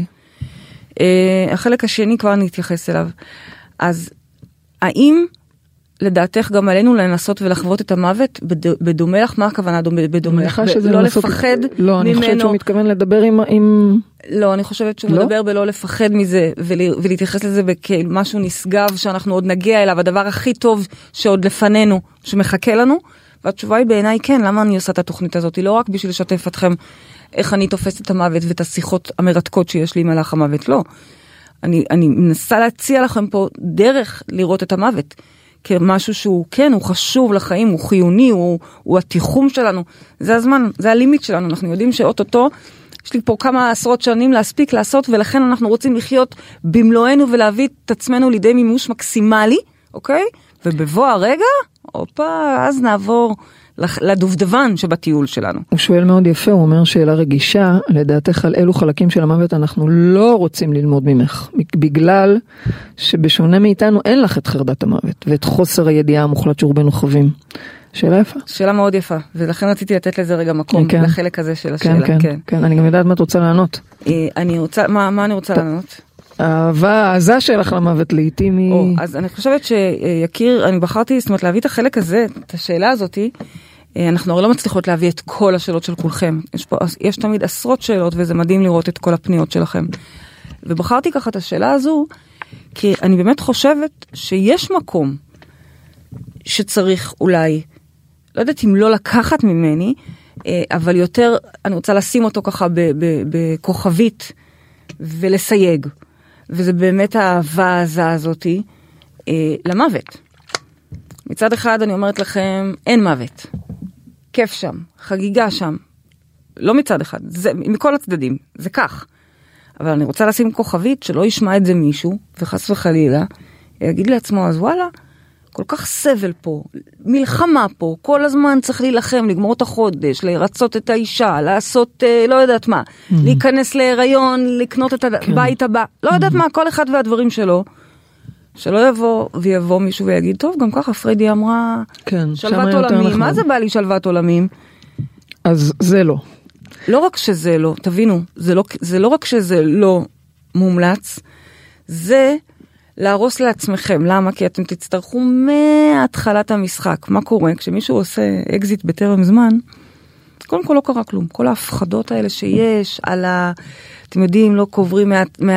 החלק השני כבר נתייחס אליו. אז האם לדעתך גם עלינו לנסות ולחוות את המוות? בדומה לך, מה הכוונה בדומה לך? לא לפחד ממנו. לא, אני חושבת שהוא מתכוון לדבר עם... לא, אני חושבת שהוא מדבר בלא לפחד מזה, ולהתייחס לזה כמשהו נשגב, שאנחנו עוד נגיע אליו, הדבר הכי טוב שעוד לפנינו, שמחכה לנו, והתשובה היא בעיניי כן, למה אני עושה את התוכנית הזאת? לא רק בשביל לשתף אתכם איך אני תופסת את המוות, ואת השיחות המרתקות שיש לי עם מלאך המוות, לא. אני מנסה להציע לכם פה דרך לראות את המוות, כמשהו שהוא, כן, הוא חשוב לחיים, הוא חיוני, הוא התיחום שלנו, זה הזמן, זה הלימיט שלנו, אנחנו יודעים שאוטוטו, יש לי פה כמה עשרות שנים להספיק לעשות, ולכן אנחנו רוצים לחיות במלואנו ולהביא את עצמנו לידי מימוש מקסימלי, אוקיי? ובבוא הרגע, אז נעבור לדובדבן שבטיול שלנו. הוא שואל מאוד יפה, הוא אומר שאלה רגישה, לדעתך על אילו חלקים של המוות אנחנו לא רוצים ללמוד ממך, בגלל שבשונה מאיתנו אין לך את חרדת המוות, ואת חוסר הידיעה המוחלט שרובנו חובים. שאלה יפה. שאלה מאוד יפה, ולכן רציתי לתת לזה רגע מקום, לחלק הזה של השאלה. כן, אני גם יודעת מה את רוצה לענות. מה אני רוצה לענות? האהבה העזה שלך למוות לעתים היא... אז אני חושבת שיקיר, אני בחרתי, זאת אומרת, להביא את החלק הזה, את השאלה הזאת, אנחנו הרי לא מצליחות להביא את כל השאלות של כולכם. יש תמיד עשרות שאלות, וזה מדהים לראות את כל הפניות שלכם. ובחרתי ככה את השאלה הזו, כי אני באמת חושבת שיש מקום שצריך אולי, לא יודעת אם לא לקחת ממני, אבל יותר, אני רוצה לשים אותו ככה בכוכבית, ולסייג. וזה באמת האהבה הזאת למוות. מצד אחד אני אומרת לכם, אין מוות. כיף שם, חגיגה שם. לא מצד אחד, זה מכל הצדדים, זה כך. אבל אני רוצה לשים כוכבית שלא ישמע את זה מישהו, וחס וחלילה, יגיד לעצמו, אז וואלה, כל כך סבל פה, מלחמה פה, כל הזמן צריך להילחם, לגמור את החודש, לרצות את האישה, לעשות לא יודעת מה, להיכנס להיריון, לקנות את הבית הבא, לא יודעת מה, כל אחד והדברים שלו. שלא יבוא ויבוא מישהו ויגיד, טוב, גם ככה פריידי אמרה, כן, שלוות עולמים, מה זה בא לי שלוות עולמים? אז זה לא. לא רק שזה לא, תבינו, זה לא רק שזה לא מומלץ, זה להרוס לעצמכם. למה? כי אתם תצטרכו מהתחלת המשחק. מה קורה? כשמישהו עושה אקזיט בטרם זמן, קודם כל לא קרה כלום. כל ההפחדות האלה שיש על אתם יודעים, לא קוברים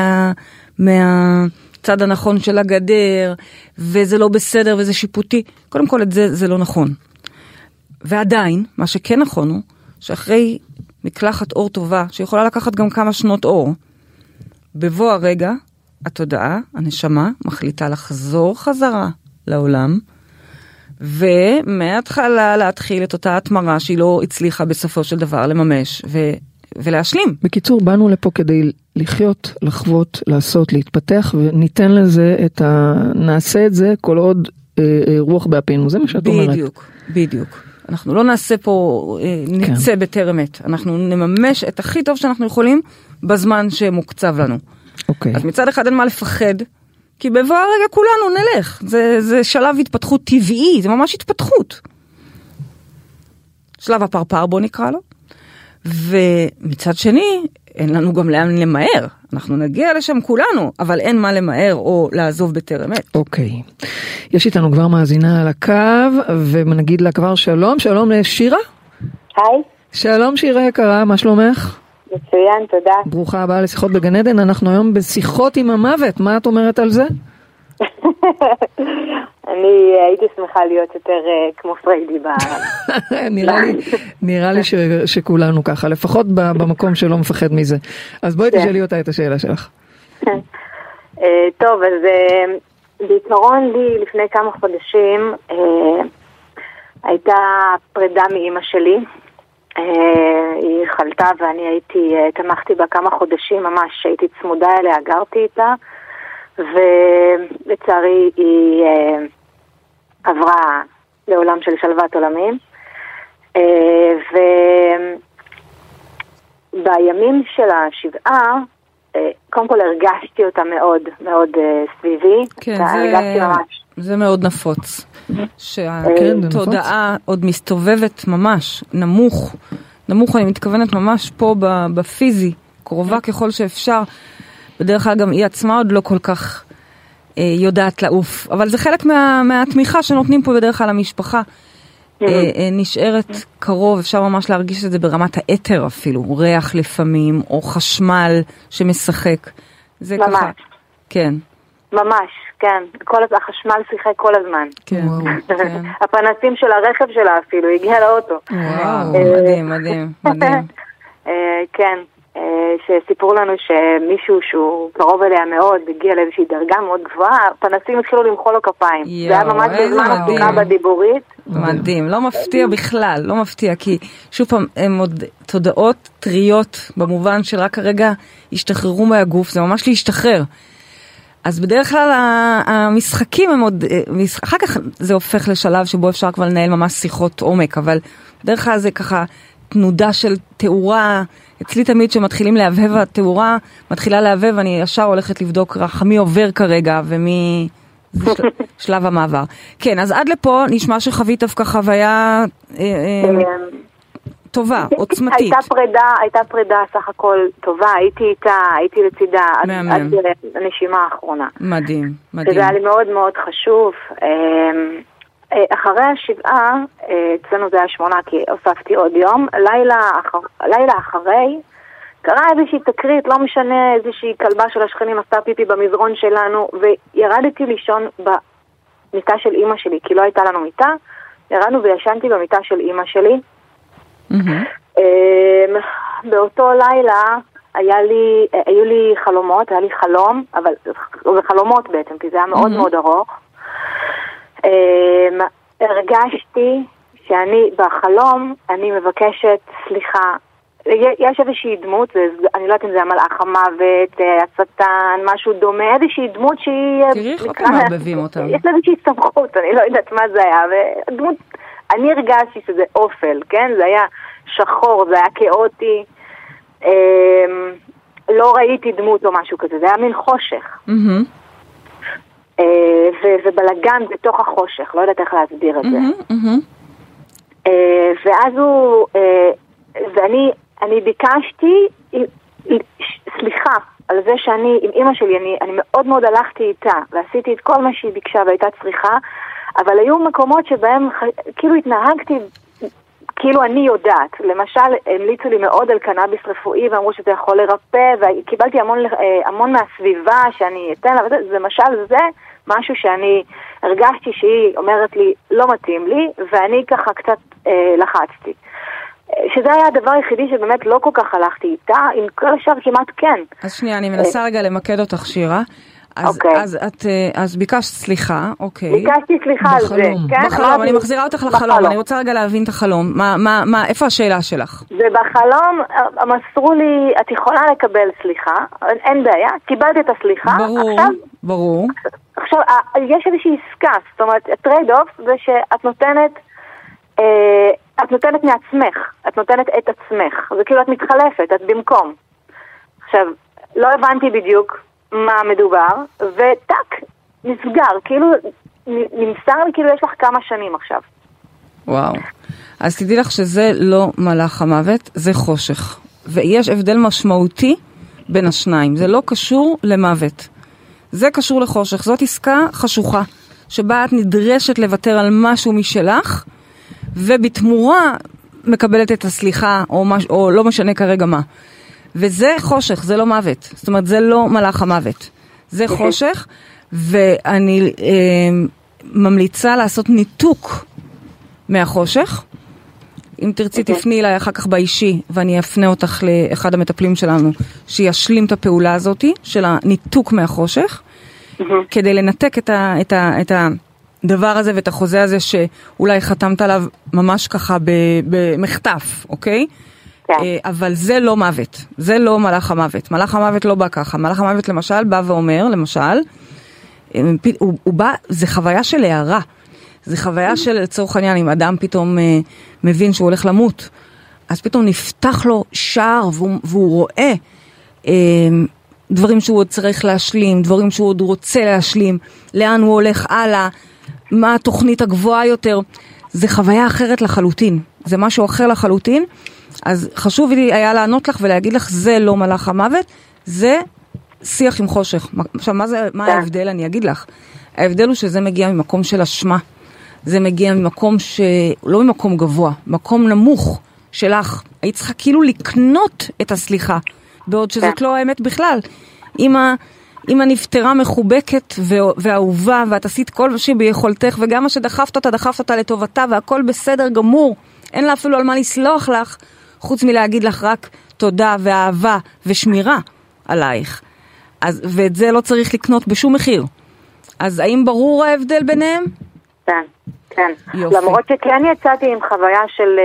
מהצד הנכון של הגדר, וזה לא בסדר וזה שיפוטי. קודם כל את זה לא נכון. ועדיין, מה שכן נכון הוא, שאחרי מקלחת אור טובה, שיכולה לקחת גם כמה שנות אור, בבוא הרגע, התודעה, הנשמה, מחליטה לחזור חזרה לעולם, ומההתחלה להתחיל את אותה התמרה שהיא לא הצליחה בסופו של דבר לממש ולהשלים. בקיצור, באנו לפה כדי לחיות, לחוות, לעשות, להתפתח, וניתן לזה נעשה את זה כל עוד רוח באפינו. זה מה שאת אומרת. בדיוק. אנחנו לא נעשה פה, נצא בטרם עת. אנחנו נממש את הכי טוב שאנחנו יכולים בזמן שמוקצב לנו. אוקיי. אז מצד אחד אין מה לפחד, כי בבוא הרגע כולנו נלך. זה שלב התפתחות טבעי, זה ממש התפתחות. שלב הפרפר בוא נקרא לו. ומצד שני, אין לנו גם לאן למהר. אנחנו נגיע לשם כולנו, אבל אין מה למהר או לעזוב בטרם עת. אוקיי. יש איתנו כבר מאזינה על הקו, ונגיד לה כבר שלום. שלום לשירה. היי. שלום שירה יקרה, מה שלומך? מצוין, תודה. ברוכה הבאה לשיחות בגן עדן. אנחנו היום בשיחות עם המוות. מה את אומרת על זה? אני הייתי שמחה להיות יותר כמו פריידי. נראה לי שכולנו ככה, לפחות במקום שלא מפחד מזה. אז בואי תשאלי אותה את השאלה שלך. טוב, אז בעיקרון לי לפני כמה חודשים הייתה פרידה מאמא שלי. היא חלתה ואני תמכתי בה כמה חודשים, ממש הייתי צמודה אליה, גרתי איתה, ולצערי היא עברה לעולם של שלוות עולמים, ובימים של השבעה, קודם כל הרגשתי אותה מאוד מאוד סביבי. כן, זה מאוד נפוץ. שהתודעה עוד מסתובבת ממש, נמוך, אני מתכוונת ממש פה בפיזי, קרובה ככל שאפשר. בדרך כלל גם היא עצמה עוד לא כל כך יודעת לעוף, אבל זה חלק מהתמיכה שנותנים פה בדרך כלל המשפחה. נשארת קרוב, אפשר ממש להרגיש את זה ברמת האתר אפילו, ריח לפעמים, או חשמל שמשחק. זה ממש. ככה. כן. ממש, כן. החשמל שיחק כל הזמן. כן, כן. הפנסים של הרכב שלה אפילו, הגיע לאוטו. וואו, מדהים. כן, שסיפרו לנו שמישהו שהוא קרוב אליה מאוד, הגיע לאיזושהי דרגה מאוד גבוהה, הפנסים התחילו למחוא לו כפיים. זה היה ממש בזמן עסוקה בדיבורית. מדהים, לא מפתיע בכלל, לא מפתיע, כי שוב פעם, הם עוד תודעות טריות, במובן שרק הרגע השתחררו מהגוף, זה ממש להשתחרר. אז בדרך כלל המשחקים הם עוד, אחר כך זה הופך לשלב שבו אפשר כבר לנהל ממש שיחות עומק, אבל בדרך כלל זה ככה תנודה של תאורה, אצלי תמיד שמתחילים להבהב התאורה, מתחילה להבהב, אני ישר הולכת לבדוק מי עובר כרגע ומי שלב המעבר. כן, אז עד לפה נשמע שחווית דווקא חוויה טובה, עוצמתית. הייתה פרידה סך הכל טובה, הייתי איתה, הייתי לצידה עד הנשימה האחרונה. מדהים. זה היה לי מאוד מאוד חשוב. אחרי השבעה, אצלנו זה היה 8 כי הוספתי עוד יום, לילה אחרי, קרה איזושהי תקרית, לא משנה, איזושהי כלבה של השכנים עשתה פיפי במזרון שלנו, וירדתי לישון במיטה של אמא שלי, כי לא הייתה לנו מיטה, ירדנו וישנתי במיטה של אמא שלי. באותו לילה היו לי חלומות, היה לי חלום, אבל זה חלומות בעצם, כי זה היה מאוד מאוד ארוך. הרגשתי שאני בחלום, אני מבקשת סליחה, יש איזושהי דמות, אני לא יודעת אם זה המלאך המוות, השטן, משהו דומה, איזושהי דמות שהיא... תראי איך אתם מערבבים אותם. יש איזושהי סמכות, אני לא יודעת מה זה היה, ודמות, אני הרגשתי שזה אופל, כן? זה היה שחור, זה היה כאוטי, לא ראיתי דמות או משהו כזה, זה היה מין חושך. ובלגן בתוך החושך, לא יודעת איך להסביר את זה. ואז ואני ביקשתי סליחה על זה שאני, עם אמא שלי, אני מאוד מאוד הלכתי איתה, ועשיתי את כל מה שהיא ביקשה והייתה צריכה, אבל היו מקומות שבהם כאילו התנהגתי כאילו אני יודעת. למשל, המליצו לי מאוד על קנאביס רפואי, ואמרו שזה יכול לרפא, וקיבלתי המון מהסביבה שאני אתן לה, למשל זה משהו שאני הרגשתי שהיא אומרת לי, לא מתאים לי, ואני ככה קצת לחצתי. שזה היה הדבר היחידי שבאמת לא כל כך הלכתי איתה, עם כל השאר כמעט כן. אז שנייה, אני מנסה רגע למקד אותך, שירה. אז ביקשת סליחה, אוקיי. ביקשתי סליחה על זה, כן? בחלום, אני מחזירה אותך לחלום, אני רוצה רגע להבין את החלום. איפה השאלה שלך? ובחלום מסרו לי, את יכולה לקבל סליחה, אין בעיה, קיבלתי את הסליחה. ברור. עכשיו, יש איזושהי עסקה, זאת אומרת, טרייד אוף זה שאת נותנת מעצמך, את נותנת את עצמך, זה כאילו את מתחלפת, את במקום. עכשיו, לא הבנתי בדיוק מה מדובר, וטק, נסגר, כאילו, נמסר לי כאילו יש לך כמה שנים עכשיו. וואו. אז תדעי לך שזה לא מלאך המוות, זה חושך. ויש הבדל משמעותי בין השניים. זה לא קשור למוות. זה קשור לחושך. זאת עסקה חשוכה, שבה את נדרשת לוותר על משהו משלך, ובתמורה מקבלת את הסליחה, או לא משנה כרגע מה. וזה חושך, זה לא מוות. זאת אומרת, זה לא מלאך המוות. זה חושך, ואני ממליצה לעשות ניתוק מהחושך. אם תרצי תפני אליי אחר כך באישי, ואני אפנה אותך לאחד המטפלים שלנו, שישלים את הפעולה הזאת, של הניתוק מהחושך, כדי לנתק את הדבר הזה ואת החוזה הזה, שאולי חתמת עליו ממש ככה במחטף, אוקיי? אבל זה לא מוות, זה לא מלאך המוות. מלאך המוות לא בא ככה. מלאך המוות למשל בא ואומר, למשל, הוא בא, זה חוויה של הערה. זה חוויה של, לצורך העניין, אם אדם פתאום מבין שהוא הולך למות, אז פתאום נפתח לו שער והוא רואה דברים שהוא עוד צריך להשלים, דברים שהוא עוד רוצה להשלים, לאן הוא הולך הלאה, מה התוכנית הגבוהה יותר. זה חוויה אחרת לחלוטין. זה משהו אחר לחלוטין. אז חשוב לי היה לענות לך ולהגיד לך, זה לא מלאך המוות, זה שיח עם חושך. עכשיו, מה ההבדל? אני אגיד לך. ההבדל הוא שזה מגיע ממקום של אשמה. זה מגיע ממקום לא ממקום גבוה, מקום נמוך שלך. היית צריכה כאילו לקנות את הסליחה, בעוד שזאת לא האמת בכלל. אמא נפטרה מחובקת ואהובה, ואת עשית כל מה שביכולתך, וגם מה שדחפת אותה לטובתה, והכל בסדר גמור. אין לה אפילו על מה לסלוח לך, חוץ מלהגיד לך רק תודה ואהבה ושמירה עלייך. ואת זה לא צריך לקנות בשום מחיר. אז האם ברור ההבדל ביניהם? כן, כן. למרות שכן יצאתי עם חוויה של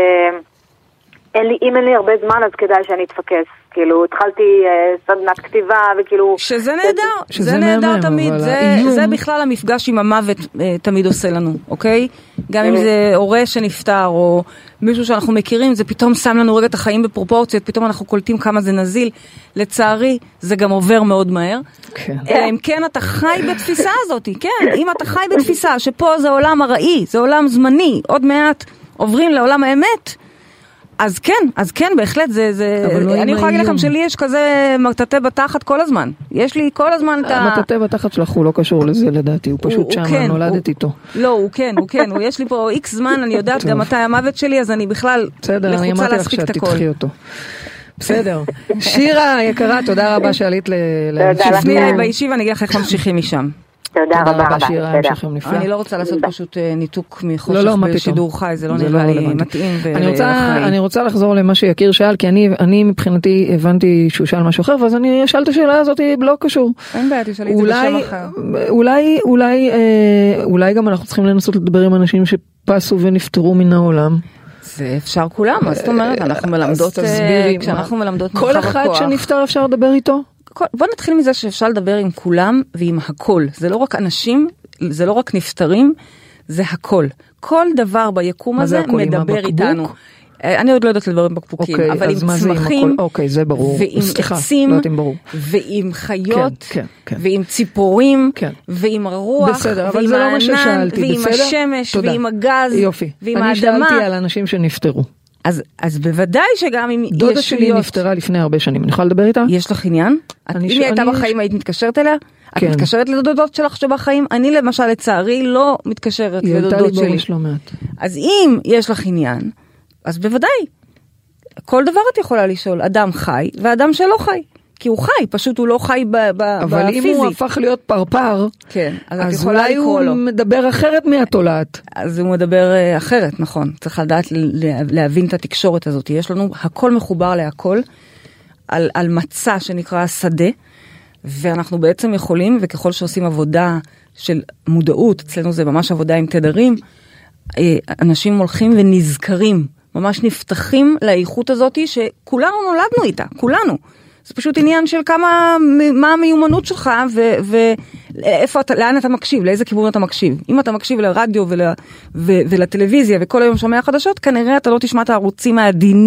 אם אין לי הרבה זמן אז כדאי שאני אתפקס. כאילו, התחלתי סדנת כתיבה וכאילו... שזה נהדר, זה נהדר תמיד. זה בכלל המפגש עם המוות תמיד עושה לנו, אוקיי? גם אם זה הורה שנפטר או מישהו שאנחנו מכירים, זה פתאום שם לנו רגע את החיים בפרופורציות, פתאום אנחנו קולטים כמה זה נזיל. לצערי, זה גם עובר מאוד מהר. אם כן, אתה חי בתפיסה הזאת, כן? אם אתה חי בתפיסה שפה זה עולם הראי, זה עולם זמני, עוד מעט עוברים לעולם האמת, אז כן, בהחלט, אני יכולה להגיד לכם שלי יש כזה מטאטא בתחת כל הזמן. יש לי כל הזמן את המטאטא בתחת שלך הוא לא קשור לזה לדעתי, הוא פשוט שם, נולדת איתו. לא, הוא כן, יש לי פה איקס זמן, אני יודעת גם מתי המוות שלי, אז אני בכלל לחוצה להספיק את הכל. בסדר. שירה יקרה, תודה רבה שעלית תפני אליי באישי ואני אגיד לך איך ממשיכים משם. תודה רבה. אני לא רוצה לעשות פשוט ניתוק מחושך בשידור חי, זה לא נראה לי מתאים. אני רוצה לחזור למה שיקיר שאל, כי אני מבחינתי הבנתי שהוא שאל משהו אחר, ואז אני אשאל את השאלה הזאת, לא קשור. אין בעיה, תשאלי את זה בשם אחר. אולי גם אנחנו צריכים לנסות לדבר עם אנשים שפסו ונפטרו מן העולם. זה אפשר כולם, מה זאת אומרת? אנחנו מלמדות, כשאנחנו מלמדות כל אחד שנפטר אפשר לדבר איתו? בוא נתחיל מזה שאפשר לדבר עם כולם ועם הכל. זה לא רק אנשים, זה לא רק נפטרים, זה הכל. כל דבר ביקום הזה מדבר איתנו. אני עוד לא יודעת לדבר עם בקבוקים, אבל עם צמחים, זה ברור. ועם עצים, ועם חיות, ועם ציפורים, ועם הרוח, ועם הענן, ועם השמש, ועם הגז, ועם האדמה. אני שאלתי על אנשים שנפטרו. אז בוודאי שגם אם דודה שלי נפטרה לפני הרבה שנים, אני יכולה לדבר איתה? יש לך עניין? אם היא הייתה בחיים היית מתקשרת אליה? את מתקשרת לדודות שלך שבחיים? אני למשל לצערי לא מתקשרת לדודות שלי. אז אם יש לך עניין, אז בוודאי. כל דבר את יכולה לשאול. אדם חי ואדם שלא חי. כי הוא חי, פשוט הוא לא חי בפיזי. אבל אם הוא הפך להיות פרפר, כן, אז אולי הוא מדבר אחרת מהתולעת. אז הוא מדבר אחרת, נכון. צריך לדעת להבין את התקשורת הזאת. יש לנו הכל מחובר להכל, על מצע שנקרא שדה, ואנחנו בעצם יכולים, וככל שעושים עבודה של מודעות, אצלנו זה ממש עבודה עם תדרים, אנשים הולכים ונזכרים, ממש נפתחים לאיכות הזאת שכולנו נולדנו איתה, כולנו. זה פשוט עניין של מה המיומנות שלך ואיפה לאן אתה מקשיב, לאיזה כיוון אתה מקשיב. אם אתה מקשיב לרדיו ולטלוויזיה וכל היום שומע חדשות, כנראה אתה לא תשמע את הערוצים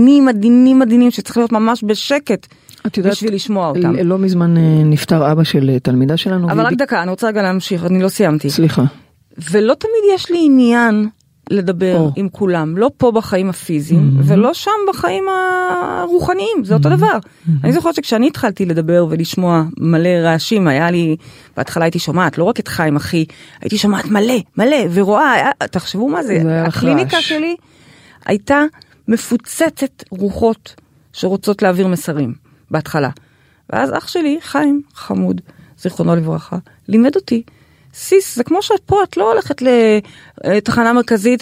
העדינים שצריך להיות ממש בשקט בשביל לשמוע אותם. לא מזמן נפטר אבא של תלמידה שלנו. אבל רק דקה, אני רוצה רגע להמשיך, אני לא סיימתי. סליחה. ולא תמיד יש לי עניין לדבר עם כולם, לא פה בחיים הפיזיים, ולא שם בחיים הרוחניים, זה אותו דבר. אני זוכרת שכשאני התחלתי לדבר ולשמוע מלא רעשים, היה לי, בהתחלה הייתי שומעת, לא רק את חיים אחי, הייתי שומעת מלא, ורואה, תחשבו מה זה, הקליניקה שלי הייתה מפוצצת רוחות שרוצות להעביר מסרים, בהתחלה. ואז אח שלי, חיים, חמוד, זיכרונו לברכה, לימד אותי, סיס, זה כמו שאת פה, את לא הולכת לתחנה מרכזית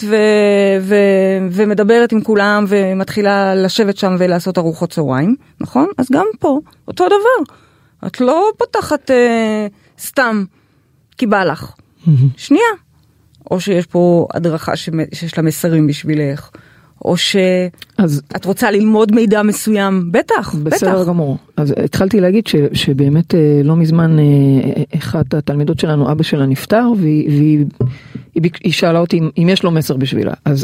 ומדברת עם כולם ומתחילה לשבת שם ולעשות ארוחות צהריים, נכון? אז גם פה, אותו דבר. את לא פותחת סתם כי בא לך. שנייה. או שיש פה הדרכה שיש לה מסרים בשבילך, או שאת רוצה ללמוד מידע מסוים, בטח. בסדר גמור. אז התחלתי להגיד שבאמת לא מזמן אחת התלמידות שלנו, אבא שלה נפטר, והיא שאלה אותי אם יש לו מסר בשבילה. אז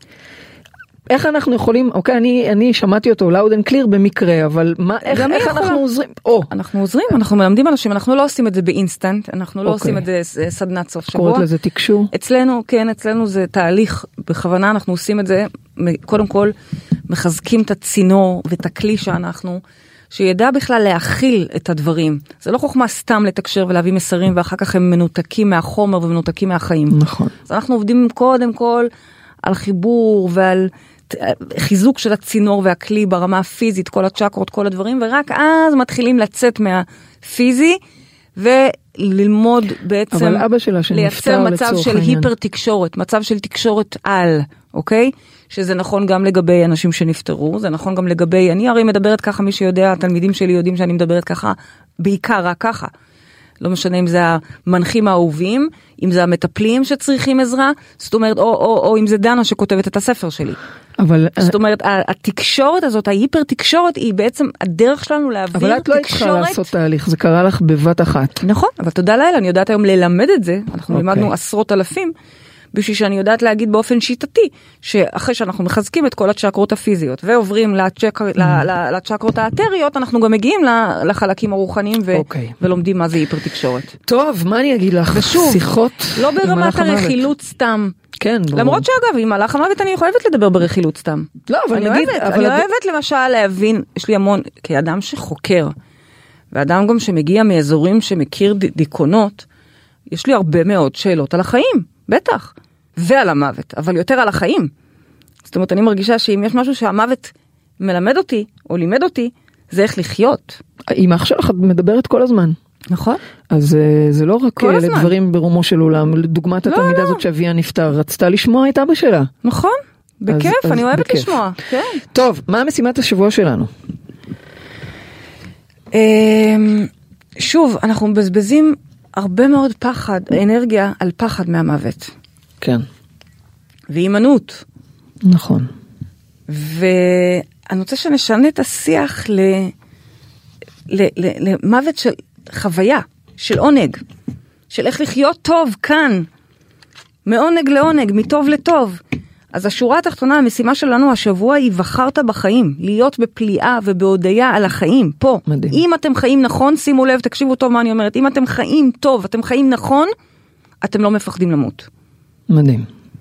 איך אנחנו יכולים, אוקיי, אני שמעתי אותו loud and clear במקרה, אבל איך אנחנו עוזרים? אנחנו עוזרים, אנחנו מלמדים אנשים, אנחנו לא עושים את זה באינסטנט, אנחנו לא עושים את זה סדנת סוף שבוע. קוראת לזה תקשור? אצלנו זה תהליך, בכוונה אנחנו עושים את זה, קודם כל מחזקים את הצינור ואת הכלי שאנחנו, שידע בכלל להכיל את הדברים. זה לא חוכמה סתם לתקשר ולהביא מסרים, ואחר כך הם מנותקים מהחומר ומנותקים מהחיים. נכון. אז אנחנו עובדים קודם כל על חיבור ועל חיזוק של הצינור והכלי ברמה הפיזית, כל הצ'קרות, כל הדברים, ורק אז מתחילים לצאת מהפיזי, וללמוד בעצם לייצר מצב של היפר תקשורת, מצב של תקשורת על, אוקיי? שזה נכון גם לגבי אנשים שנפטרו, זה נכון גם לגבי, אני הרי מדברת ככה, מי שיודע, התלמידים שלי יודעים שאני מדברת ככה, בעיקר רק ככה. לא משנה אם זה המנחים האהובים, אם זה המטפלים שצריכים עזרה, זאת אומרת, או אם זה דנה שכותבת את הספר שלי. זאת אומרת, התקשורת הזאת, ההיפר תקשורת, היא בעצם הדרך שלנו להעביר תקשורת. אבל את לא צריכה לעשות תהליך, זה קרה לך בבת אחת. נכון, אבל תודה לאל, אני יודעת היום ללמד את זה, אנחנו לימדנו עשרות אלפים, בשביל שאני יודעת להגיד באופן שיטתי, שאחרי שאנחנו מחזקים את כל הצ'קרות הפיזיות, ועוברים לצ'קרות האתריות, אנחנו גם מגיעים לחלקים הרוחניים, ולומדים מה זה היפר תקשורת. טוב, מה אני אגיד לך? שיחות לא ברמת הרכילות סתם. כן, ברור. למרות שאגב, עם מלאך המוות אני אוהבת לדבר ברכילות סתם. לא, אבל נגיד... אני אוהבת למשל להבין, יש לי המון, כאדם שחוקר, ואדם גם שמגיע מאזורים שמכיר דיכאונות, יש לי הרבה מאוד שאלות על החיים. בטח, ועל המוות, אבל יותר על החיים. זאת אומרת, אני מרגישה שאם יש משהו שהמוות מלמד אותי, או לימד אותי, זה איך לחיות. עם אח שלך מדברת כל הזמן. נכון. אז זה לא רק לדברים ברומו של עולם, לדוגמת התלמידה הזאת שאביה נפטר, רצתה לשמוע את אבא שלה. נכון, בכיף, אני אוהבת לשמוע. טוב, מה המשימת השבוע שלנו? שוב, אנחנו מבזבזים הרבה מאוד פחד, אנרגיה על פחד מהמוות. כן. ואימנות. נכון. ואני רוצה שנשנה את השיח למוות של חוויה, של עונג, של איך לחיות טוב כאן, מעונג לעונג, מטוב לטוב. אז השורה התחתונה, המשימה שלנו השבוע היא בחרת בחיים, להיות בפליאה ובהודיה על החיים, פה. מדהים. אם אתם חיים נכון, שימו לב, תקשיבו טוב מה אני אומרת, אם אתם חיים טוב, אתם חיים נכון, אתם לא מפחדים למות. מדהים.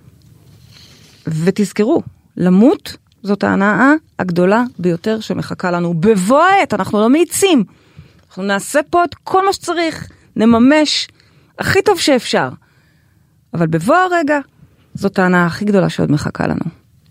ותזכרו, למות זאת ההנאה הגדולה ביותר שמחכה לנו. בבוא העת, אנחנו לא מאיצים. אנחנו נעשה פה את כל מה שצריך, נממש הכי טוב שאפשר. אבל בבוא הרגע, זאת ההנאה הכי גדולה שעוד מחכה לנו.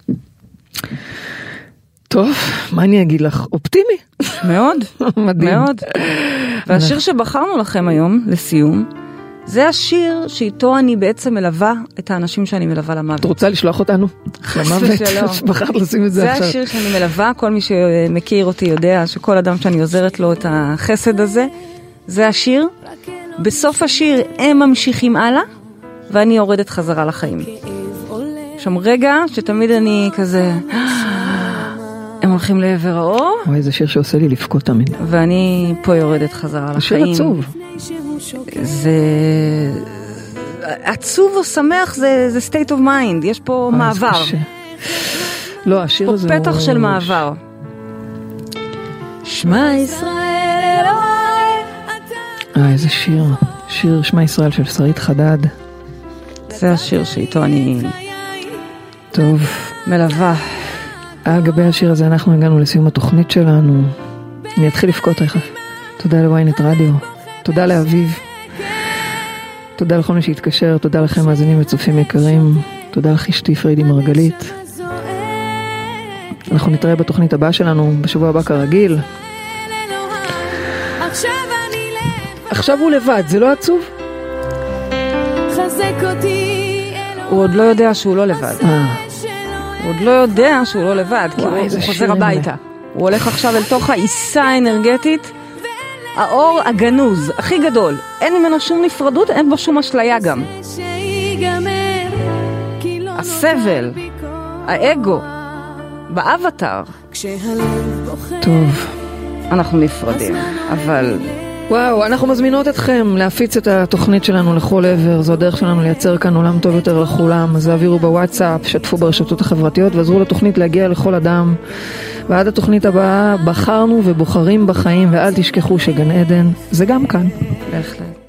טוב, מה אני אגיד לך? אופטימי. מאוד. מדהים. מאוד. והשיר שבחרנו לכם היום, לסיום, זה השיר שאיתו אני בעצם מלווה את האנשים שאני מלווה למוות. את רוצה לשלוח אותנו? למוות? בחרת לשים את זה עכשיו. זה השיר שאני מלווה, כל מי שמכיר אותי יודע שכל אדם שאני עוזרת לו את החסד הזה, זה השיר. בסוף השיר הם ממשיכים הלאה, ואני יורדת חזרה לחיים. שם רגע שתמיד אני כזה, הם הולכים לעבר האור. וואי, זה שיר שעושה לי לפקות תמיד. ואני פה יורדת חזרה לחיים. השיר עצוב. זה עצוב או שמח, זה state of mind, יש פה מעבר. לא, השיר הזה הוא... פה פתח של מעבר. שמע ישראל אלוהי. איזה שיר. שיר שמע ישראל של שרית חדד. זה השיר שאיתו אני... טוב. מלווה. אגבי השיר הזה אנחנו הגענו לסיום התוכנית שלנו. אני אתחיל לפקות לך. תודה לוויינט רדיו. תודה לאביב. תודה לכל מי שהתקשר. תודה לכם מאזינים וצופים יקרים. תודה לך אשתי פרידי מרגלית. אנחנו נתראה בתוכנית הבאה שלנו בשבוע הבא כרגיל. עכשיו הוא לבד, זה לא עצוב? הוא עוד לא יודע שהוא לא לבד. הוא עוד לא יודע שהוא לא לבד, כי הוא חוזר הביתה. הוא הולך עכשיו אל תוך העיסה האנרגטית, האור הגנוז, הכי גדול. אין ממנו שום נפרדות, אין בו שום אשליה גם. הסבל, האגו, באבטר. טוב. אנחנו נפרדים, אבל... וואו, אנחנו מזמינות אתכם להפיץ את התוכנית שלנו לכל עבר. זו הדרך שלנו לייצר כאן עולם טוב יותר לכולם. אז העבירו בוואטסאפ, שתפו ברשתות החברתיות ועזרו לתוכנית להגיע לכל אדם. ועד התוכנית הבאה בחרנו ובוחרים בחיים, ואל תשכחו שגן עדן זה גם כאן. בהחלט.